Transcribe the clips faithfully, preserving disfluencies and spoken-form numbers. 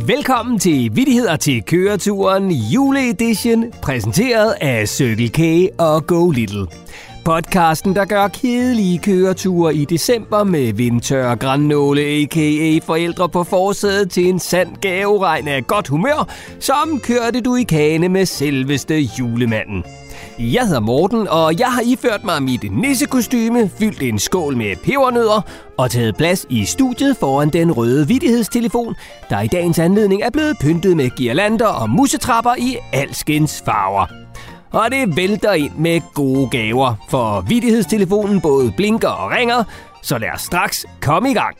Velkommen til Vittigheder til køreturen juleedition, præsenteret af Circle K og Go Little. Podcasten, der gør kedelige køreture i december med vindtørre grannåle, a k a forældre på forsædet til en sand gaveregn af godt humør, som kørte du i kane med selveste julemanden. Jeg hedder Morten, og jeg har iført mig mit nissekostyme, fyldt en skål med pebernødder og taget plads i studiet foran den røde vittighedstelefon, der i dagens anledning er blevet pyntet med girlander og musetrapper i alskens farver. Og det vælter ind med gode gaver, for vittighedstelefonen både blinker og ringer, så lad os straks komme i gang.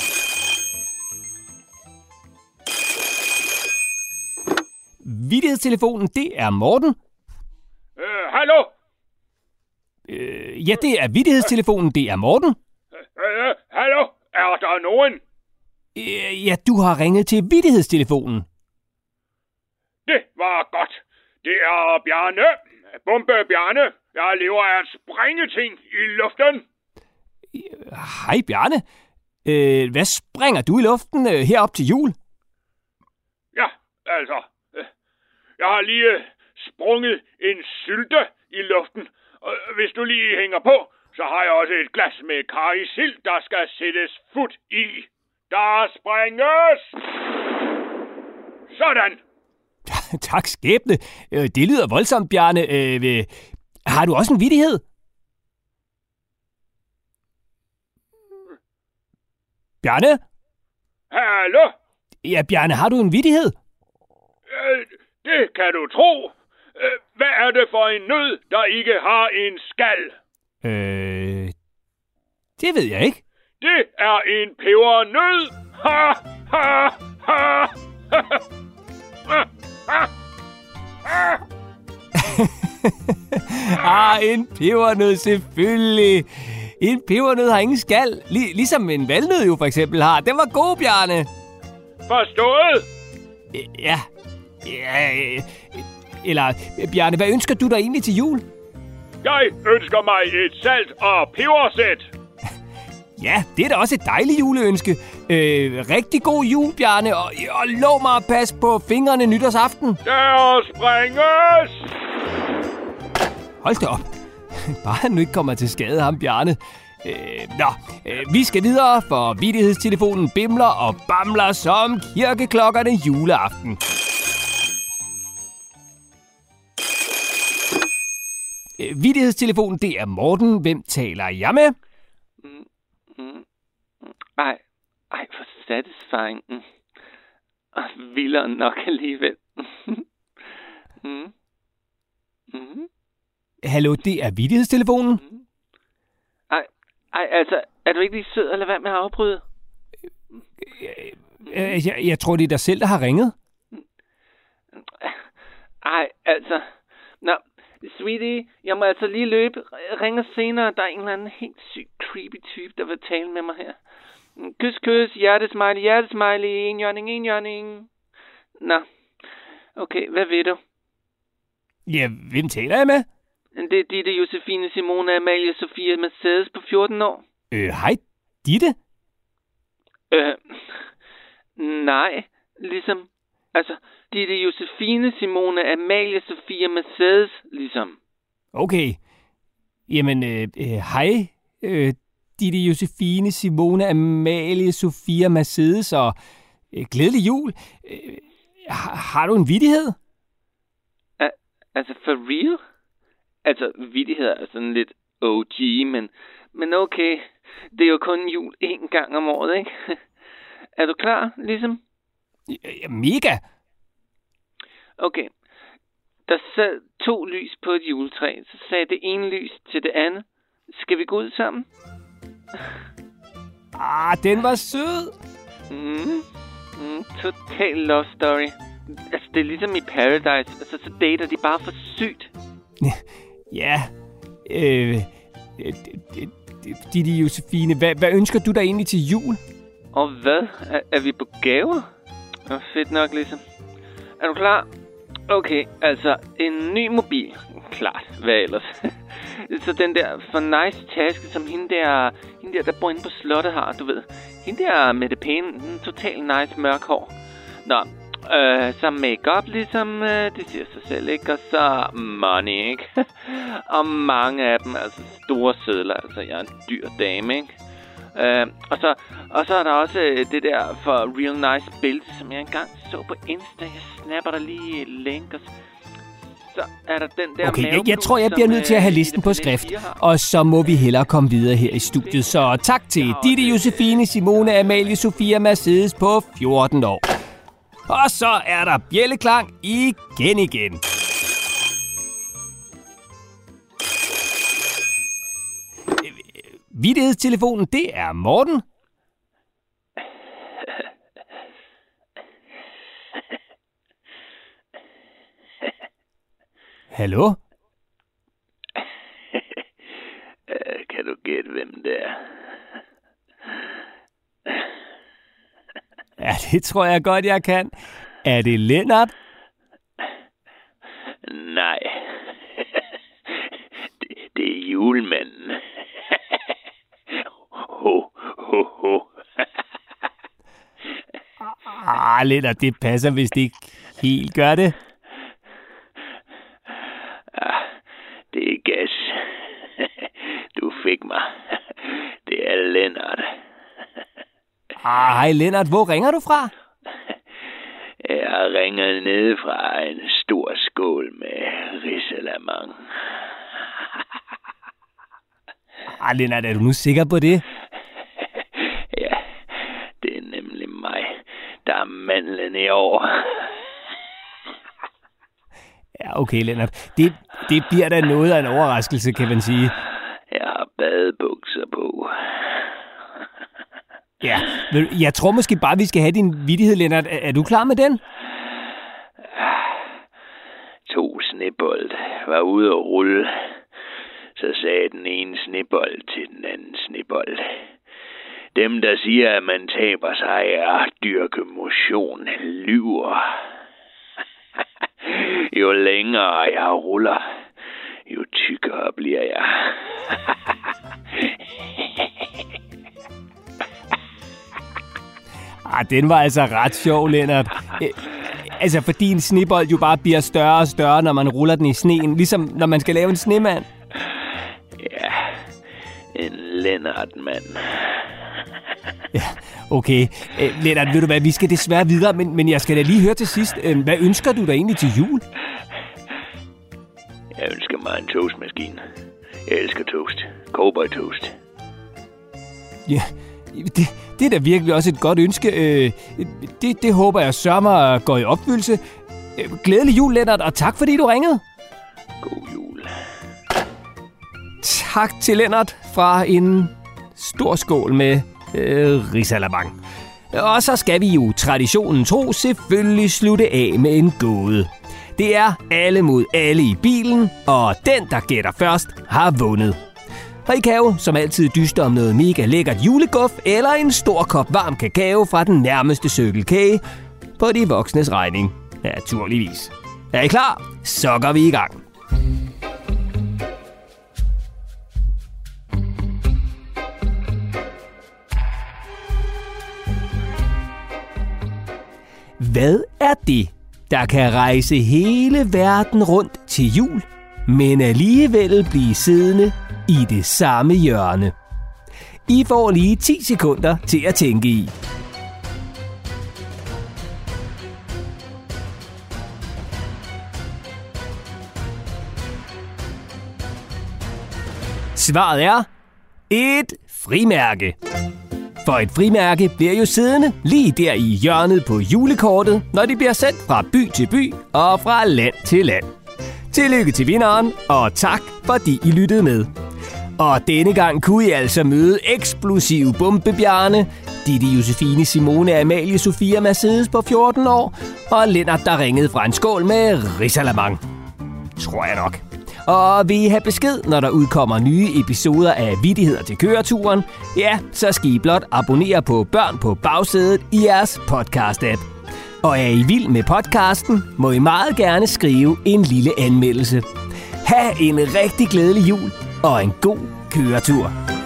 Vittighedstelefonen, det er Morten. Øh, hallo? Øh, ja, det er vittighedstelefonen, det er Morten. Øh, hallo? Er der nogen? Øh, ja, du har ringet til vittighedstelefonen. Det var godt. Det er Bjarne. Bombe Bjarne. Jeg lever af at sprænge ting i luften. Øh, hej Bjarne. Øh, hvad springer du i luften øh, herop til jul? Ja, altså. Øh, jeg har lige øh, sprunget en sylte i luften. Og hvis du lige hænger på, så har jeg også et glas med karrysild, der skal sættes fut i. Der sprænges! Sådan! Tak skæbne. Det lyder voldsomt, Bjarne. Øh, har du også en vittighed? Bjarne? Hallo? Ja, Bjarne, har du en vittighed? Øh, det kan du tro. Øh, hvad er det for en nød, der ikke har en skal? Øh, det ved jeg ikke. Det er en pebernød. Ha, ha, ha. ah, en pebernød, selvfølgelig. En pebernød har ingen skal. Lig- ligesom en valnød jo for eksempel har. Den var god, Bjarne. Forstået? Ja. Ja. Eller, Bjarne, hvad ønsker du dig egentlig til jul? Jeg ønsker mig et salt- og pebersæt. Ja, det er da også et dejligt juleønske. Øh, rigtig god jul, Bjarne, og, og lov mig at passe på fingrene nytårsaften. Der sprænges! Hold da op. Bare han nu ikke kommer til skade, ham Bjarne. Øh, nå, øh, vi skal videre, for vittighedstelefonen bimler og bamler som kirkeklokkerne juleaften. Øh, vittighedstelefonen, det er Morten. Hvem taler jeg med? Mm, mm, ej, ej, for satisfying. Mm. Og vildere nok alligevel. mm. Mm. Hallo, det er vittighedstelefonen. Mm. Ej, ej, altså, er du ikke lige sød, eller hvad med at afbryde? Øh, jeg, jeg tror, det er dig selv, der har ringet. Ej, altså, nå, sweetie, jeg må altså lige løbe. Ringer senere, der er en eller anden helt syg creepy type, der vil tale med mig her. Kys, kys, hjertesmiley, hjertesmiley, enhjørning, enhjørning. Nå, okay, hvad ved du? Ja, hvem taler jeg med? Det er Ditte, Josefine, Simone, Amalie, Sofia, Mercedes på fjorten år. Øh, hej, Ditte? Øh, nej, ligesom, altså, Ditte, Josefine, Simone, Amalie, Sofia, Mercedes, ligesom. Okay, jamen, øh, øh, hej, øh, Ditte, Josefine, Simone, Amalie, Sofia, Mercedes, og øh, glædelig jul. Øh, har, har du en vittighed? A- altså, for real? Altså, vittigheder er sådan lidt O G, men, men okay, det er jo kun jul én gang om året, ikke? Er du klar, ligesom? Ja, mega. Okay. Der sad to lys på et juletræ, så sagde det ene lys til det andet. Skal vi gå ud sammen? Ah, den var sød. Mm. Mm, total love story. Altså, det er ligesom i Paradise. Altså, så dater de bare for sygt. Ja. Øh, Ditte, Josefine, hvad, hvad ønsker du dig egentlig til jul? Og hvad? Er, er vi på gaver? Oh, fedt nok, ligesom. Er du klar? Okay, altså, en ny mobil. Klart, hvad ellers? Så den der for nice taske, som hende der, hende der, der bor inde på slottet har, du ved. Hende der med det pæne, total nice mørk hår. Nå, Øh, så make-up, ligesom, øh, det siger sig selv, ikke? Og så money, ikke? Og mange af dem, altså store sædler, altså jeg er en dyr dame, ikke? Øh, og, så, og så er der også øh, det der for real nice billede, som jeg engang så på Insta. Jeg snapper der lige et link, og så, så er der den der okay, jeg, jeg tror, jeg bliver nødt til at have listen på skrift, og så må vi hellere komme videre her i studiet. Så tak til Ditte Josefine Simone Amalie Sofia Mercedes på fjorten år. Og så er der bjælleklang igen igen. Vittighedstelefonen, det er Morten. Hallo? Kan du gætte, hvem det er? Ja, det tror jeg godt, jeg kan. Er det Lennart? Nej. Det, det er julemanden. Ho, ho, ho. Ah, Lennart, det passer vist ikke helt, gør det? Ah, det er gas. Du fik mig. Det er Lennart. Ah, hej Lennart, hvor ringer du fra? Jeg ringer ned fra en stor skål med risalamande. Ah, Lennart, er du nu sikker på det? Ja, det er nemlig mig, der er mandlen i år. Ja, okay, Lennart. Det, det bliver da noget af en overraskelse, kan man sige. Jeg har badebukser på. Ja, jeg tror måske bare, vi skal have din vittighed, Lennart. Er, er du klar med den? To snebold var ude at rulle. Så sagde den ene snebold til den anden snebold: dem, der siger, at man taber sig af at dyrke motion, lyver. Jo længere jeg ruller, jo tykkere bliver jeg. Ah, den var altså ret sjov, Lennart. Æ, altså, fordi en snebold jo bare bliver større og større, når man ruller den i sneen. Ligesom når man skal lave en snemand. Ja, en Lennart-mand. Ja, okay. Æ, Lennart, ved du hvad, vi skal desværre videre, men, men jeg skal da lige høre til sidst. Æ, hvad ønsker du dig egentlig til jul? Jeg ønsker mig en toastmaskine. Jeg elsker toast. Cowboy toast. Ja, det, det er da virkelig også et godt ønske. Øh, det, det håber jeg sørger går i opfyldelse. Øh, glædelig jul, Lennart, og tak fordi du ringede. God jul. Tak til Lennart fra en stor skål med øh, risalamande. Og så skal vi jo traditionen tro selvfølgelig slutte af med en gåde. Det er alle mod alle i bilen, og den, der gætter først, har vundet. Og I kan jo som altid dyste om noget mega lækkert juleguf eller en stor kop varm kakao fra den nærmeste Circle K på de voksnes regning. Naturligvis. Er I klar? Så går vi i gang. Hvad er det, der kan rejse hele verden rundt til jul, men alligevel blive siddende i det samme hjørne? I får lige ti sekunder til at tænke i. Svaret er et frimærke. For et frimærke bliver jo siddende lige der i hjørnet på julekortet, når de bliver sendt fra by til by og fra land til land. Tillykke til vinderen, og tak fordi I lyttede med. Og denne gang kunne I altså møde eksplosiv bombebjerne, Ditte Josefine Simone Amalie Sofia Mercedes på fjorten år, og Lennart, der ringede fra en skål med risalamande. Tror jeg nok. Og vil I have besked, når der udkommer nye episoder af Vittigheder til køreturen, ja, så skal I blot abonnere på Børn på bagsædet i jeres podcast-app. Og er I vild med podcasten, må I meget gerne skrive en lille anmeldelse. Ha' en rigtig glædelig jul og en god køretur.